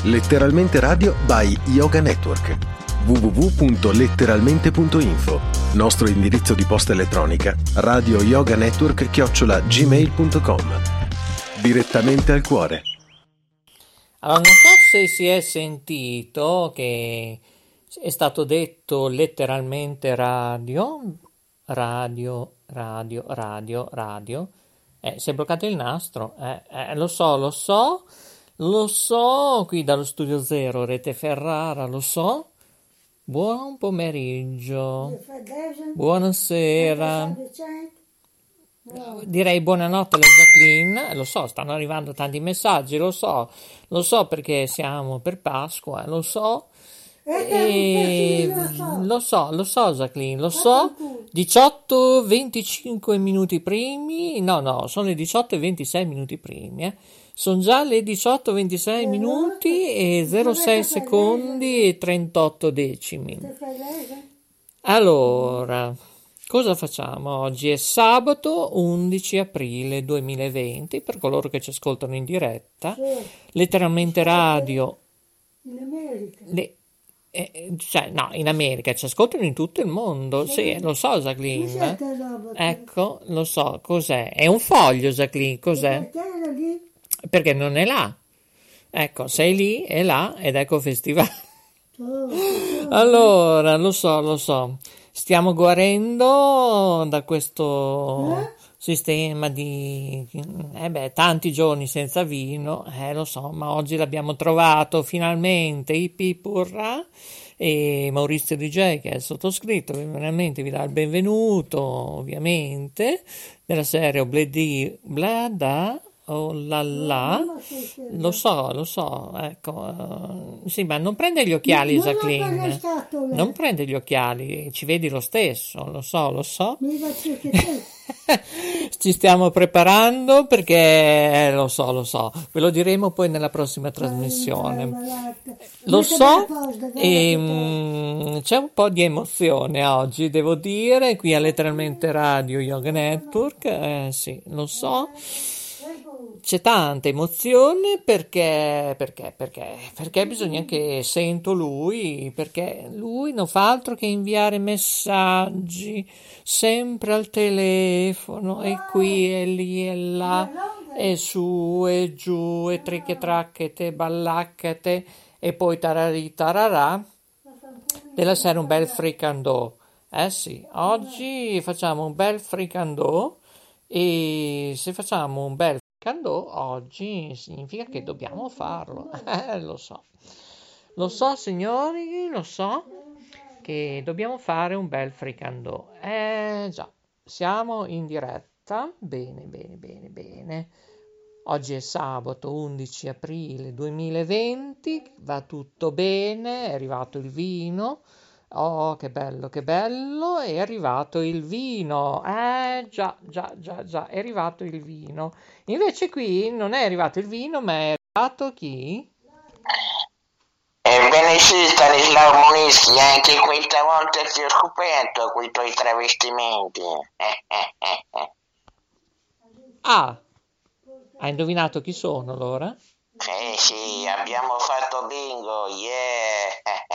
Letteralmente Radio by Yoga Network. www.letteralmente.info. Nostro indirizzo di posta elettronica radioyoganetwork@gmail.com. Direttamente al cuore. Allora, non so se si è sentito che è stato detto letteralmente radio. Si è bloccato il nastro. Lo so, qui dallo Studio Zero, Rete Ferrara, lo so. Buon pomeriggio, buonasera. Direi buonanotte alla Jacqueline, lo so, stanno arrivando tanti messaggi, lo so perché siamo per Pasqua, lo so, lo so Jacqueline, lo so, 18-25 minuti primi, no, sono le 18-26 minuti primi, sono già le 18-26 minuti e 06 secondi e 38 decimi. Allora, cosa facciamo? Oggi è sabato 11 aprile 2020, per coloro che ci ascoltano in diretta, letteralmente radio. In America? No, in America ci ascoltano in tutto il mondo. Sì, lo so, Jacqueline. Ecco, lo so, cos'è? È un foglio, Jacqueline, cos'è? Perché non è là. Ecco, sei lì, è là, ed ecco Festival. Allora, lo so. Stiamo guarendo da questo sistema di tanti giorni senza vino, lo so, ma oggi l'abbiamo trovato finalmente, Ippi Purra, e Maurizio DJ, che è il sottoscritto, veramente vi dà il benvenuto, ovviamente, della serie Obledi Blada. Oh là là, lo so, ecco, sì, ma non prende gli occhiali, Jacqueline, non prende gli occhiali, ci vedi lo stesso, lo so, ci stiamo preparando perché, lo so, ve lo diremo poi nella prossima trasmissione, lo so, e c'è un po' di emozione oggi, devo dire, qui a Letteralmente Radio Yoga Network, sì, lo so. C'è tanta emozione perché bisogna che sento lui, perché lui non fa altro che inviare messaggi sempre al telefono, e qui e lì e là, e su e giù, e tricche tracchete, ballaccate, e poi tararì tararà. Della sera un bel fricandò. Sì, oggi facciamo un bel fricandò, e se facciamo un bel fricandò oggi significa che dobbiamo farlo. Lo so signori, lo so che dobbiamo fare un bel fricandò. Già, siamo in diretta. Bene. Oggi è sabato 11 aprile 2020, va tutto bene, è arrivato il vino. Oh, che bello, è arrivato il vino. Già, è arrivato il vino. Invece qui non è arrivato il vino, ma è arrivato chi? Ebbene sì, Stanislao Monischi, anche questa volta ti ho scoperto con i tuoi travestimenti. Ah, hai indovinato chi sono allora? Sì, abbiamo fatto bingo, yeah.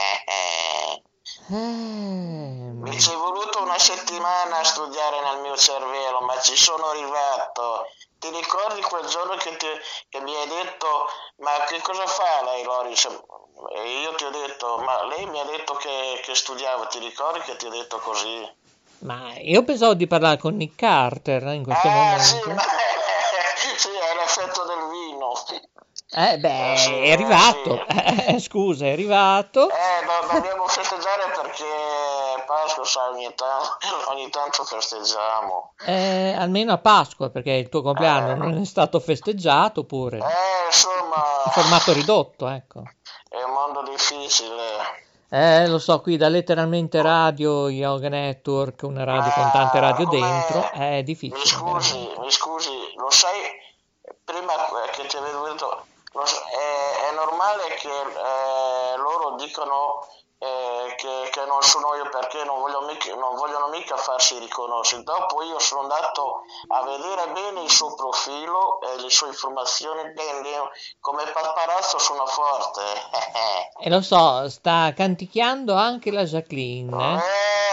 Mi ci è voluto una settimana a studiare nel mio cervello, ma ci sono arrivato. Ti ricordi quel giorno che mi hai detto, ma che cosa fa lei, Loris? E io ti ho detto, ma lei mi ha detto che studiava, ti ricordi che ti ho detto così? Ma io pensavo di parlare con Nick Carter in questo momento. Sì, è l'effetto del vino. È arrivato. Sì. Scusa, è arrivato. Dobbiamo festeggiare perché Pasqua, sai, ogni tanto festeggiamo. Almeno a Pasqua, perché il tuo compleanno non è stato festeggiato pure. Insomma. In formato ridotto, ecco. È un mondo difficile. Lo so, qui da Letteralmente Radio Yoga Network, una radio con tante radio dentro, è difficile. Mi scusi, lo sai, prima che ti avevo detto, è normale che loro dicono che non sono io, perché non vogliono mica farsi riconoscere. Dopo io sono andato a vedere bene il suo profilo e le sue informazioni, come paparazzo sono forte. E lo so, sta canticchiando anche la Jacqueline.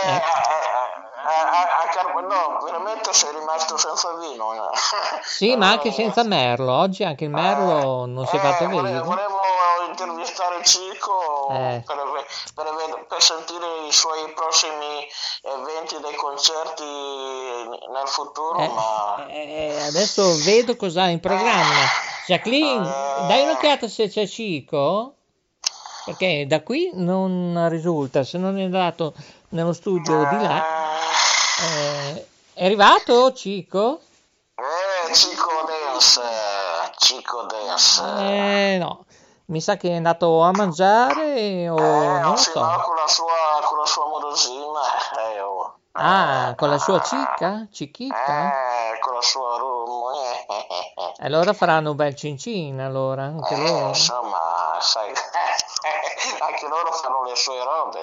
No, veramente sei rimasto senza vino. Sì, ma anche senza Merlo. Oggi anche il Merlo non si è fatto vedere. Volevo intervistare Cico per sentire i suoi prossimi eventi dei concerti nel futuro, ma adesso vedo cosa ha in programma. Jacqueline, dai un'occhiata se c'è Cico, perché da qui non risulta, se non è andato nello studio di là. È arrivato Cico? Cico Dance. No, mi sa che è andato a mangiare o non lo so. No, con la sua amorosina. Con la sua Cichita? Con la sua Allora faranno un bel cincin, allora, anche loro. Insomma, sai, anche loro fanno le sue robe.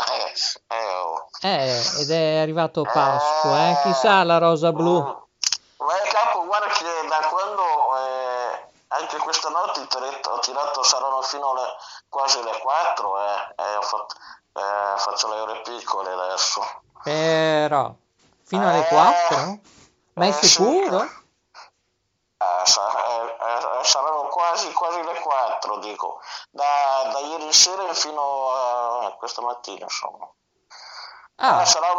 Ed è arrivato Pasqua, chissà la rosa blu. Ma capo, guarda che da quando anche questa notte ho tirato, saranno fino quasi le 4, faccio le ore piccole adesso. Però, fino alle 4? Ma è sicuro? Saranno quasi le 4, dico, da ieri sera fino a questa mattina, insomma. Sarà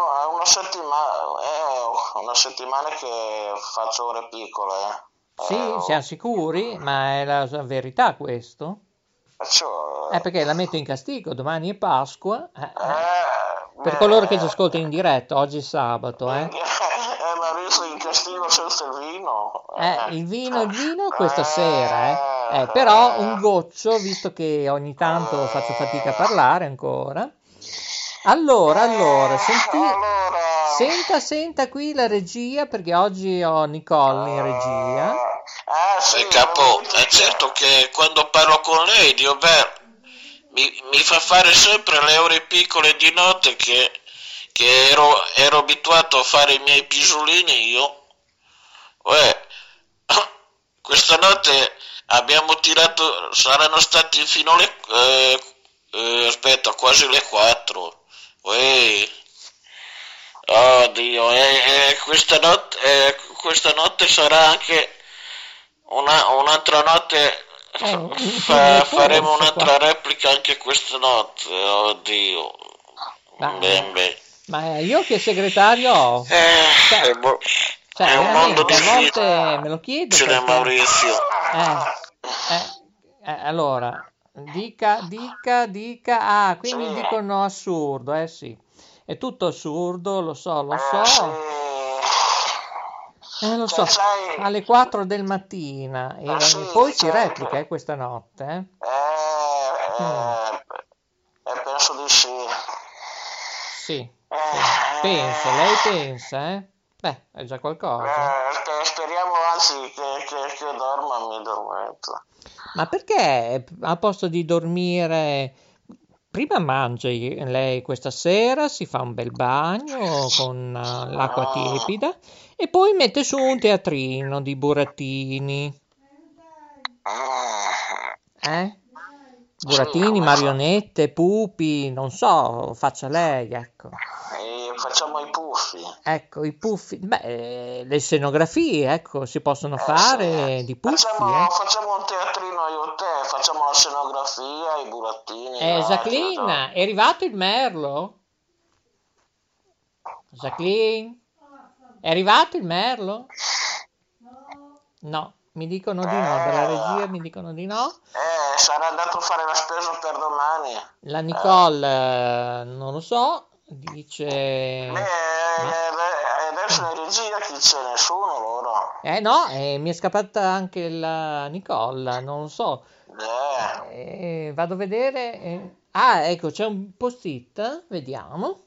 una settimana che faccio ore piccole. Sì, siamo sicuri, ma è la verità questo? Perché la metto in castigo, domani è Pasqua. Per coloro che ci ascoltano in diretta, oggi è sabato, Ma adesso in castigo senza il vino. Il vino questa sera, però un goccio, visto che ogni tanto faccio fatica a parlare ancora. Allora, senta qui la regia, perché oggi ho Nicole in regia. Sì, capo, è certo che quando parlo con lei, Dio mi fa fare sempre le ore piccole di notte che ero abituato a fare i miei pisolini io. Questa notte abbiamo tirato, saranno stati fino alle quasi le 4. Oddio, questa notte sarà anche un'altra notte. Faremo un'altra replica anche questa notte. Oddio. Ma io che segretario ho? È un mondo difficile. A volte me lo chiedo. Perché... Maurizio. Allora, dica. Quindi sì. Dicono assurdo, sì. È tutto assurdo, lo so. Lo so, alle 4 del mattino e poi si replica questa notte. Penso di sì. Sì. Lei pensa, Beh, è già qualcosa. Speriamo anzi che dorma, mi dormento. Ma perché a posto di dormire... Prima mangia lei questa sera, si fa un bel bagno con l'acqua tiepida e poi mette su un teatrino di burattini. Burattini, marionette, pupi, non so, faccia lei, ecco. Facciamo i puffi. Ecco, i puffi. Beh, le scenografie, ecco, si possono fare di puffi. Facciamo un teatrino io e te, facciamo la scenografia, i burattini. Jacqueline, è arrivato il merlo? Jacqueline? È arrivato il merlo? No, mi dicono di no, dalla regia mi dicono di no. Sarà andato a fare la spesa per domani. La Nicole, non lo so. Dice adesso in regia chi c'è? Nessuno loro. No, mi è scappata anche la Nicole, non lo so. Vado a vedere. Ecco, c'è un post-it, vediamo.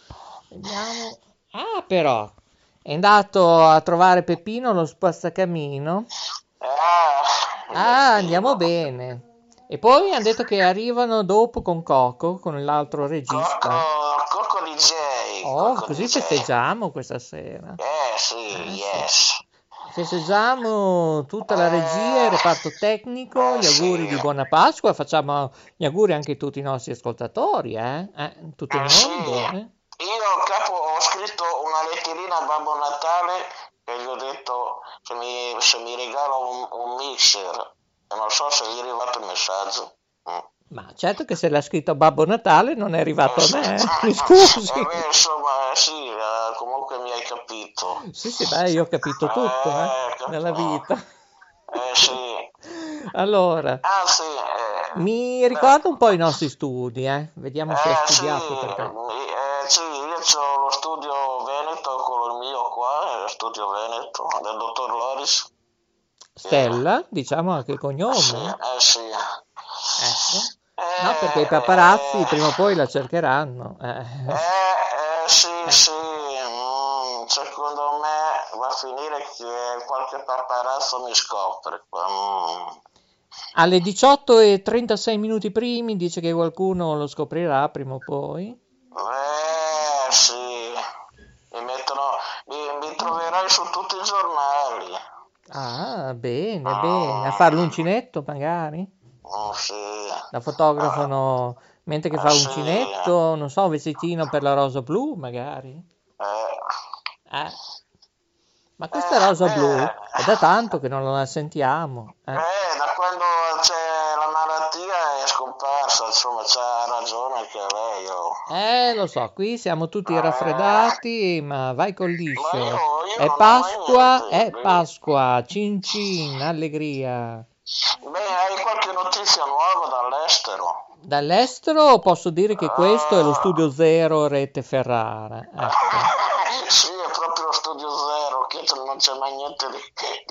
Però è andato a trovare Peppino lo spazzacamino. Andiamo bene. E poi hanno detto che arrivano dopo con Coco, con l'altro regista. Coco DJ. Oh, Coco così DJ. festeggiamo questa sera. Sì, Sì. yes. Festeggiamo tutta la regia, il reparto tecnico, gli auguri di buona Pasqua, facciamo gli auguri anche a tutti i nostri ascoltatori, tutto il mondo. Io capo ho scritto una letterina a Babbo Natale e gli ho detto se mi regala un mixer, e non so se gli è arrivato il messaggio. Ma certo che se l'ha scritto a Babbo Natale non è arrivato a me, mi scusi. Insomma, sì, comunque mi hai capito. Sì, beh, io ho capito tutto, nella vita. Sì. Allora, mi ricordo un po' i nostri studi, vediamo se hai studiato per te. Sì, io ho lo studio Veneto, quello mio qua, lo studio Veneto, del dottor Loris. Stella, diciamo anche il cognome. Sì. Ecco. No, perché i paparazzi prima o poi la cercheranno. Sì. Secondo me va a finire che qualche paparazzo mi scopre. Alle 18:36 minuti primi dice che qualcuno lo scoprirà prima o poi. Sì. Mi troverai su tutti i giornali. Ah, bene. A fare l'uncinetto magari? Sì. La fotografano mentre che fa l'uncinetto, non so, un vestitino per la rosa blu magari? Ma questa rosa blu è da tanto che non la sentiamo. Da quando c'è la malattia è scomparsa, insomma, c'ha ragione anche lei. Lo so, qui siamo tutti raffreddati, ma vai col liscio. Io È Pasqua, cin cin, allegria. Hai qualche notizia nuova dall'estero? Dall'estero posso dire che questo è lo Studio Zero Rete Ferrara. Ecco. Sì, è proprio lo Studio Zero, che non c'è mai niente di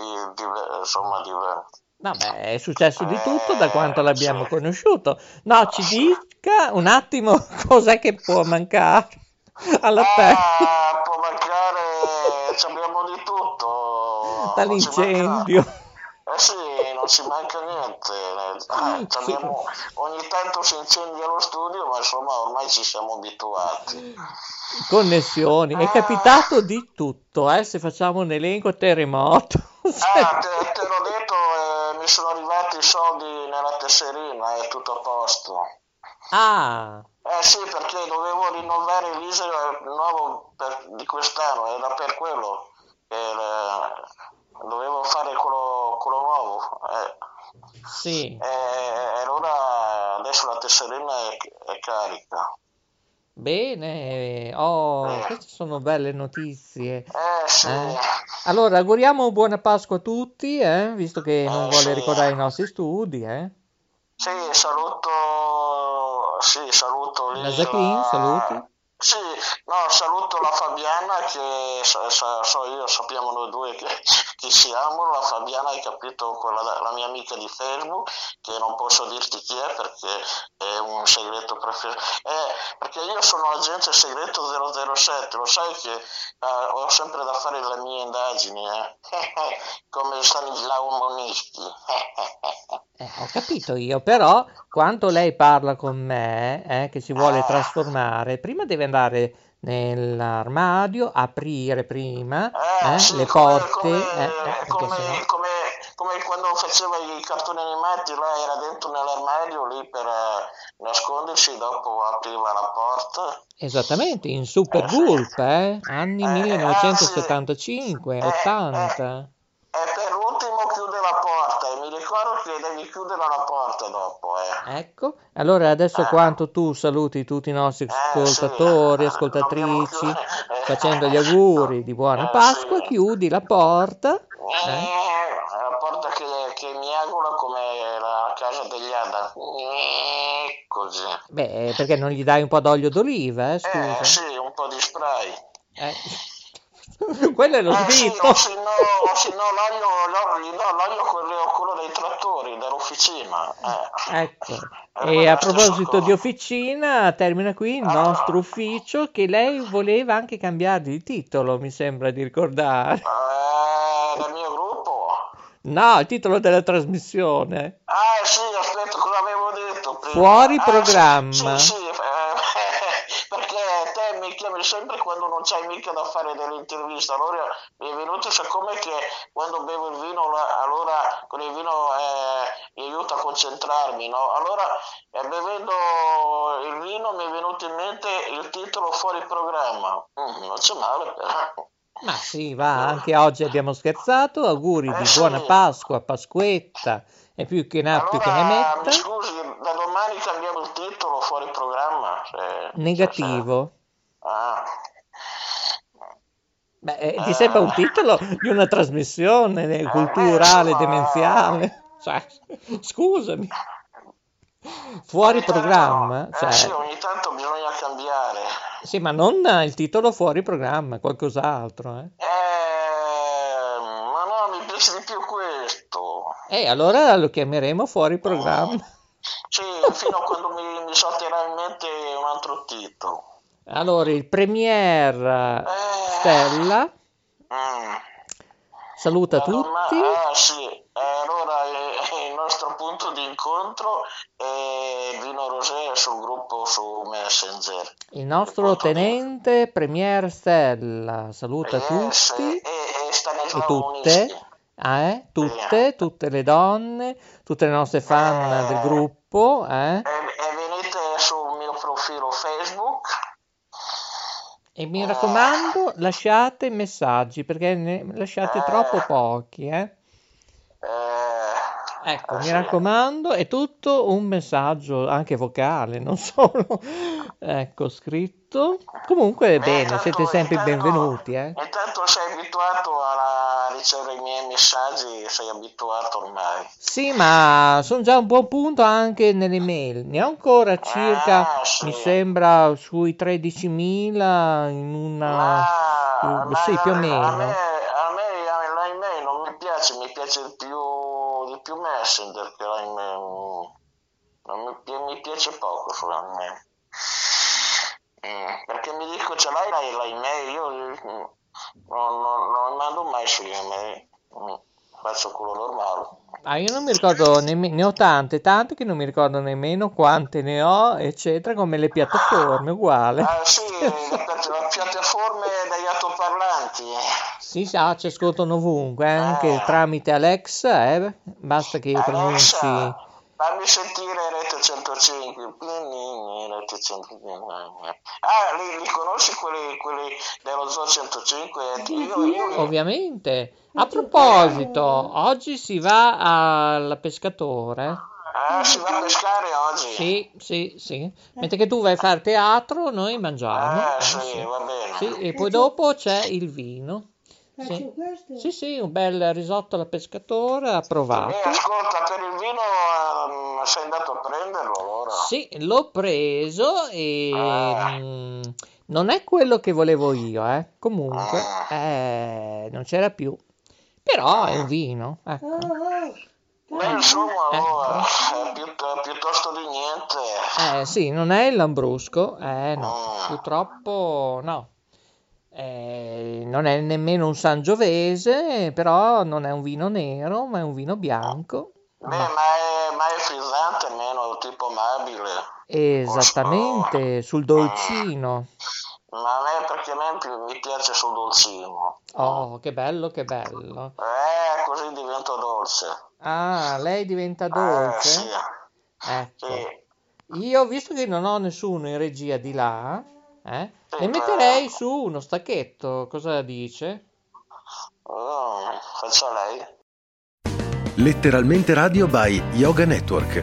Vabbè, è successo di tutto da quanto l'abbiamo conosciuto. No, ci dica un attimo cos'è che può mancare all'appello. Può mancare, abbiamo di tutto. Dall'incendio. Sì, non ci manca niente. Ogni tanto si incendia lo studio, ma insomma ormai ci siamo abituati. Connessioni, è capitato di tutto, se facciamo un elenco terremoto. Te l'ho detto, mi sono arrivati i soldi nella tesserina, è tutto a posto. Sì, perché dovevo rinnovare il viso nuovo di quest'anno, era per quello che dovevo fare quello nuovo. Sì. E allora adesso la tesserina è carica. Bene, queste sono belle notizie. Sì. Allora, auguriamo buona Pasqua a tutti, visto che non vuole ricordare i nostri studi, Sì, saluto lì. La Jacqueline, saluti. Sì, no, saluto la Fabiana che sappiamo noi due chi siamo, la Fabiana, hai capito, la mia amica di Facebook, che non posso dirti chi è perché è un segreto perché io sono agente segreto 007, lo sai che ho sempre da fare le mie indagini, come Stanislao Monischi. Ho capito io, però quando lei parla con me, che si vuole trasformare, prima deve andare nell'armadio, aprire prima le porte. Come quando faceva i cartoni animati, lei era dentro nell'armadio lì per nascondersi, dopo apriva la porta. Esattamente, in Super Gulp, anni 1975, 80. E per ultimo chiude la porta e mi ricordo che devi chiudere la porta dopo. Ecco, allora adesso quanto tu saluti tutti i nostri ascoltatori, ascoltatrici, facendo gli auguri di buona Pasqua, chiudi la porta. La porta che mi auguro come la casa degli Adam. Così. Beh, perché non gli dai un po' d'olio d'oliva, scusa? Sì, un po' di spray. Quello è lo svito. Se no l'olio quello dei trattori, dell'officina. Ecco, e a proposito di officina, termina qui il nostro ufficio, che lei voleva anche cambiare di titolo, mi sembra di ricordare. Del mio gruppo? No, il titolo della trasmissione. Sì, aspetta, cosa avevo Fuori programma. Sì, perché te mi chiami sempre quando non c'hai mica da fare delle interviste, allora mi è venuto, siccome che quando bevo il vino, allora con il vino mi aiuta a concentrarmi, no? Allora bevendo il vino mi è venuto in mente il titolo Fuori programma. Non c'è male però. Ma sì, va, anche oggi abbiamo scherzato, auguri di Sì. buona Pasqua, Pasquetta, e più che ne ha più che ne Allora, mi metta. scusi, da domani cambiamo il titolo Fuori programma. Negativo. Ah. Beh, ti sembra un titolo di una trasmissione culturale, insomma, demenziale? Cioè, scusami. Fuori ogni tanto- programma? Cioè, sì, ogni tanto bisogna cambiare. sì, ma non il titolo fuori programma, qualcos'altro, eh? Ma no, mi piace di più questo. Allora lo chiameremo fuori programma. Sì, fino a quando mi salterà in mente un altro titolo. Allora, il premier Stella Mm. saluta La doma- tutti. sì, allora il nostro punto di incontro è Vino Rosé sul gruppo su Messenger. Il nostro tenente premier Stella saluta tutti E e Stanislao Munisti. tutte, tutte le donne, tutte le nostre fan del gruppo, E venite sul mio profilo Facebook. E mi raccomando, lasciate messaggi perché ne lasciate troppo pochi, eh. Ecco, mi Sì. raccomando, è tutto un messaggio anche vocale, non solo ecco, scritto. Comunque, bene, siete sempre benvenuti, eh. Intanto sei abituato a ricevere i miei messaggi, sei abituato ormai. Sì, ma sono già a un buon punto anche nelle mail. Ne ho ancora circa, Sì. mi sembra, sui 13.000 in una... sì, più o meno. A me l'email non mi piace di più Messenger che l'email. Mi piace poco sull'email. Perché mi dico ce l'hai l'email, io non mando mai sulle email. Faccio quello normale. Io non mi ricordo nemmeno, ne ho tante che non mi ricordo nemmeno quante ne ho, eccetera, come le piattaforme, uguale. Sì, le piattaforme degli altoparlanti. Sì, ci ascoltano ovunque, anche tramite Alexa, basta che pronunci. Fammi sentire Rete 105. Rete 105. Li conosci quelli dello Zoo 105? Ovviamente. A proposito, oggi si va al pescatore. Si va a pescare oggi? Sì. Mentre che tu vai a fare teatro, noi mangiamo. Sì, va bene. Sì, e poi dopo c'è il vino. Sì, un bel risotto alla pescatore, approvato. Ascolta, per il vino sei andato a prenderlo allora? Sì, l'ho preso e non è quello che volevo io, comunque, non c'era più. Però è un vino, ecco. Beh, insomma, allora, piuttosto di niente. Sì, non è il Lambrusco, no, purtroppo no. Non è nemmeno un Sangiovese, però non è un vino nero, ma è un vino bianco. Ma è frizzante, meno tipo amabile. Esattamente, sul dolcino. Ma a me perché mi piace sul dolcino. Oh, che bello. Così divento dolce. Ah, lei diventa dolce? Sì. Ecco. Sì. Io, visto che non ho nessuno in regia di là, le metterei su uno stacchetto, cosa dice? Faccia lei. Letteralmente Radio by Yoga Network.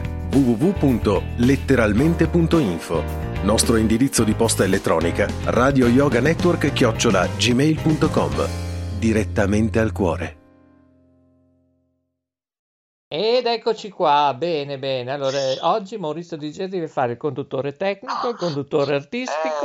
www.letteralmente.info. Nostro indirizzo di posta elettronica radioyoganetwork@gmail.com. Direttamente al cuore. Ed eccoci qua, bene. Allora, oggi Maurizio Di Gesi deve fare il conduttore tecnico, il conduttore artistico.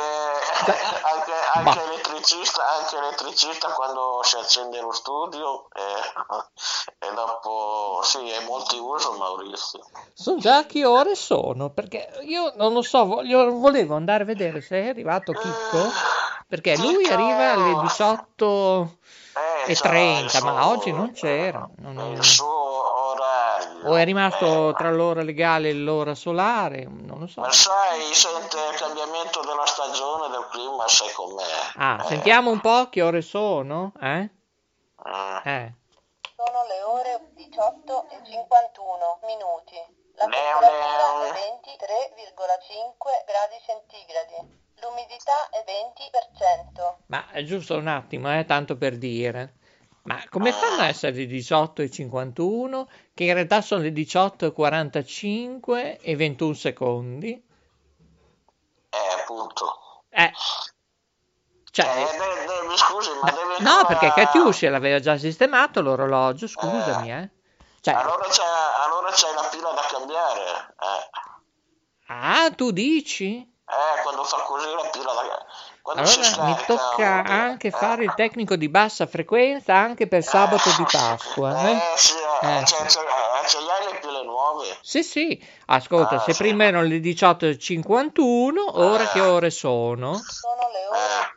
Anche elettricista quando si accende lo studio e dopo sì, è multiuso Maurizio. Sono già che ore sono, perché io non lo so, volevo andare a vedere se è arrivato Chicco, perché lui arriva alle 18:30, ma oggi non c'era. Il suo orario. O è rimasto tra l'ora legale e l'ora solare? Non lo so. Ma sai, sente il cambiamento della stagione, del clima, sai com'è. Sentiamo un po' che ore sono, Eh. Sono le ore 18:51. La temperatura è 23,5 gradi centigradi. L'umidità è 20%. Ma è giusto un attimo, tanto per dire. Ma come fanno a essere le 18:51, che in realtà sono le 18:45 e 21 secondi? Appunto. Cioè, scusi, ma deve no, ancora... perché Catiuscia l'aveva già sistemato l'orologio, scusami, Cioè, allora c'è la pila da cambiare. tu dici? Quando fa così la pila da... Quando Allora si scarica, mi tocca anche fare il tecnico di bassa frequenza anche per sabato di Pasqua. Sì, ce li hai le pile nuove? Sì, ascolta, se prima erano le 18:51, ora che ore sono? Sono le ore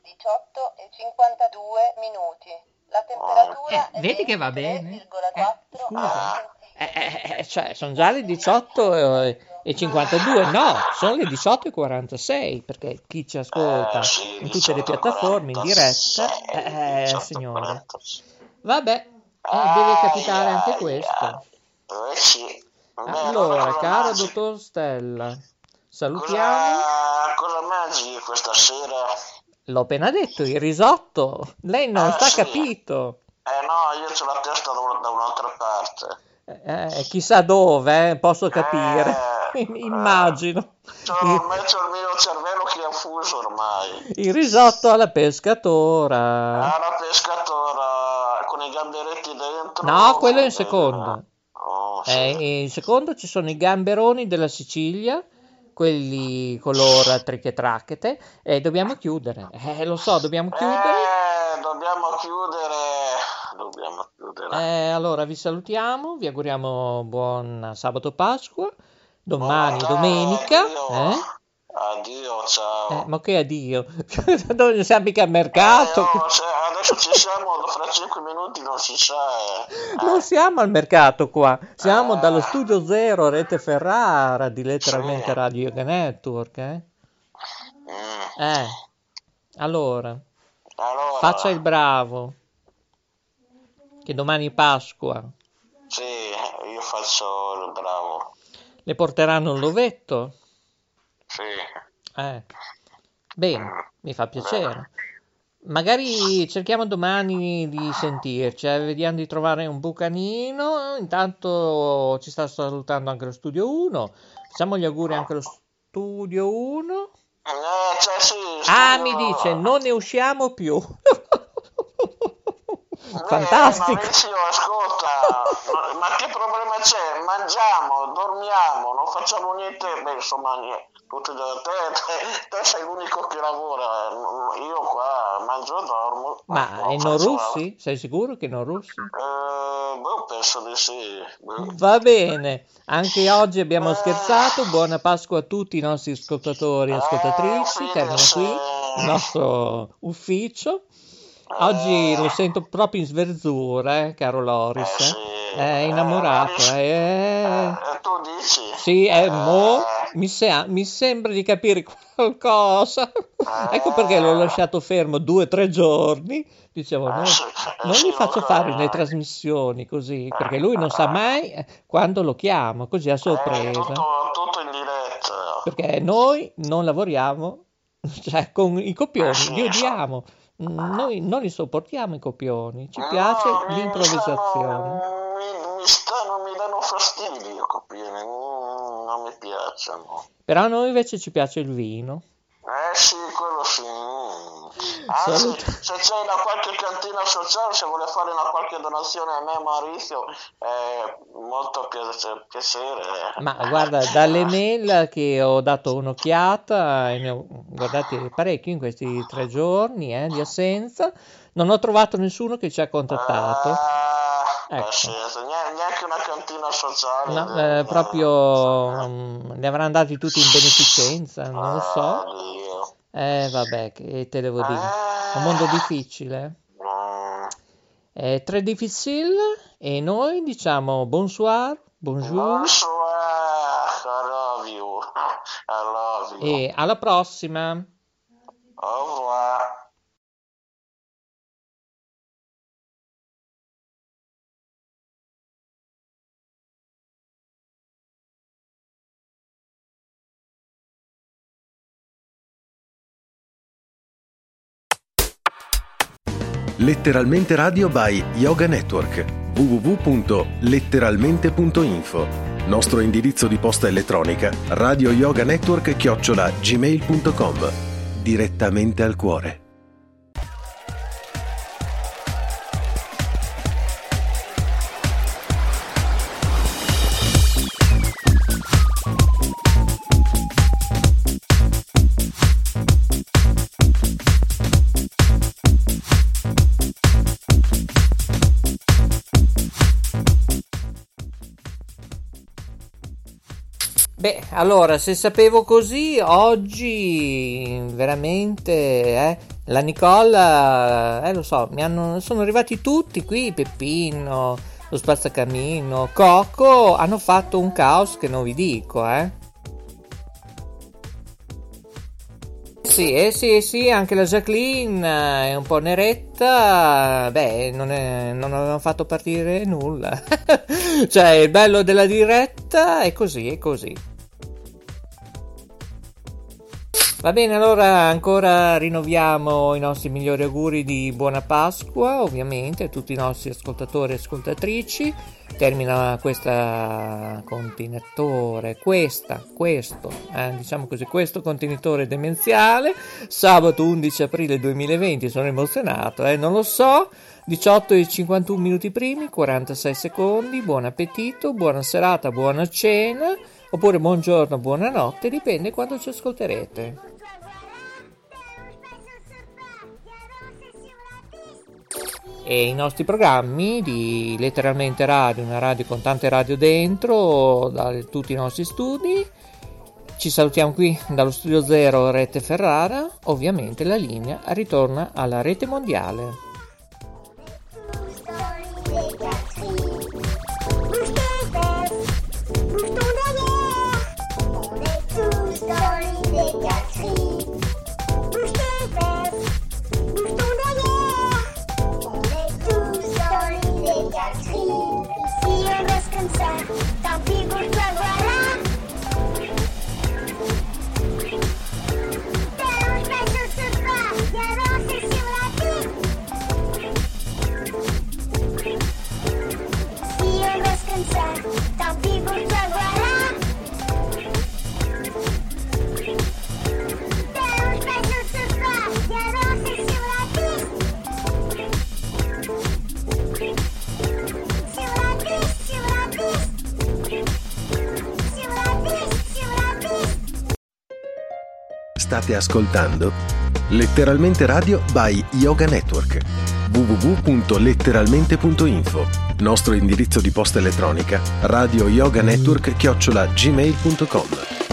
18:52. La temperatura è vedi che va bene? 23,4 Scusa. gradi. Cioè, sono già le 18:52, no, sono le 18:46, perché chi ci ascolta in tutte le piattaforme in diretta, signore. Vabbè, deve capitare anche questo. Sì. Allora, caro dottor Stella, salutiamo. Cosa mangi questa sera? L'ho appena detto, il risotto. Lei non sta sì. capito. No, io ho la testa da un'altra parte. Chissà dove, posso capire. Immagino. C'ho il mio cervello che è fuso ormai. Il risotto alla pescatora. La pescatora con i gamberetti dentro. No, quello è in secondo. Sì. In secondo ci sono i gamberoni della Sicilia, quelli color trichetrachete, e dobbiamo chiudere. Lo so, dobbiamo chiudere. Dobbiamo chiudere. Allora vi salutiamo, vi auguriamo buon sabato Pasqua, domani domenica. Addio, ciao. Ma che addio? Non siamo mica al mercato. Adesso ci siamo, fra 5 minuti non si sa. Non siamo al mercato qua, siamo dallo studio zero Rete Ferrara di letteralmente Radio Yoga Network. Allora, faccia il bravo, che domani è Pasqua. Sì, io faccio il bravo. Le porteranno un lovetto? Sì. Bene, mi fa piacere. Magari cerchiamo domani di sentirci, vediamo di trovare un bucanino. Intanto ci sta salutando anche lo Studio 1. Facciamo gli auguri anche allo Studio 1. Sì, mi dice, non ne usciamo più. Fantastico. Maurizio, ascolta, ma che problema c'è? Mangiamo, dormiamo, non facciamo niente. Insomma, tutti te sei l'unico che lavora. Io qua mangio e dormo. Ma e non russi? Sei sicuro che non russi? Penso di sì. Va bene, anche oggi abbiamo scherzato. Buona Pasqua a tutti i nostri ascoltatori e ascoltatrici. Termina qui il nostro ufficio. Oggi lo sento proprio in sverzura, caro Loris. È innamorato. Tu dici? Sì, mi sembra di capire qualcosa. Ecco perché l'ho lasciato fermo 2 o 3 giorni. Dicevo, non gli faccio fare le trasmissioni così, perché lui non sa mai quando lo chiamo, così a sorpresa. Tutto in diretta. Perché noi non lavoriamo, cioè con i copioni, li odiamo. Noi non li sopportiamo i copioni, ci piace l'improvvisazione. Non mi danno fastidio i copioni, non mi piacciono. Però a noi invece ci piace il vino. Sì, quello sì. Anzi, se c'è da qualche cantina sociale, se vuole fare una qualche donazione a me e Maurizio, molto piacere. Ma guarda, dalle mail che ho dato un'occhiata, e ne ho guardati parecchio in questi 3 giorni di assenza, non ho trovato nessuno che ci ha contattato. Ecco. Neanche una cantina sociale. No, proprio li avranno dati tutti in beneficenza, non lo so. Vabbè, che te devo dire? Un mondo difficile. È très difficile, e noi diciamo bonsoir, Bonjour. Bonsoir, I love you. I love you. E alla prossima. Au revoir. Letteralmente Radio by Yoga Network. www.letteralmente.info. Nostro indirizzo di posta elettronica radioyoganetwork@gmail.com. Direttamente al cuore. Beh, allora, se sapevo così, oggi veramente, la Nicola, lo so, sono arrivati tutti qui, Peppino, lo spazzacamino, Coco, hanno fatto un caos che non vi dico, Sì, anche la Jacqueline è un po' neretta, beh, non avevamo fatto partire nulla, cioè il bello della diretta è così. Va bene, allora ancora rinnoviamo i nostri migliori auguri di buona Pasqua, ovviamente, a tutti i nostri ascoltatori e ascoltatrici. Termina questo contenitore demenziale, sabato 11 aprile 2020, sono emozionato, non lo so, 18 e 51 minuti primi, 46 secondi, buon appetito, buona serata, buona cena, oppure buongiorno, buonanotte, dipende quando ci ascolterete. E i nostri programmi di Letteralmente Radio, una radio con tante radio dentro, da tutti i nostri studi. Ci salutiamo qui dallo Studio Zero Rete Ferrara, ovviamente la linea ritorna alla rete mondiale. State ascoltando Letteralmente Radio by Yoga Network. www.letteralmente.info. Nostro indirizzo di posta elettronica radioyoganetwork@gmail.com.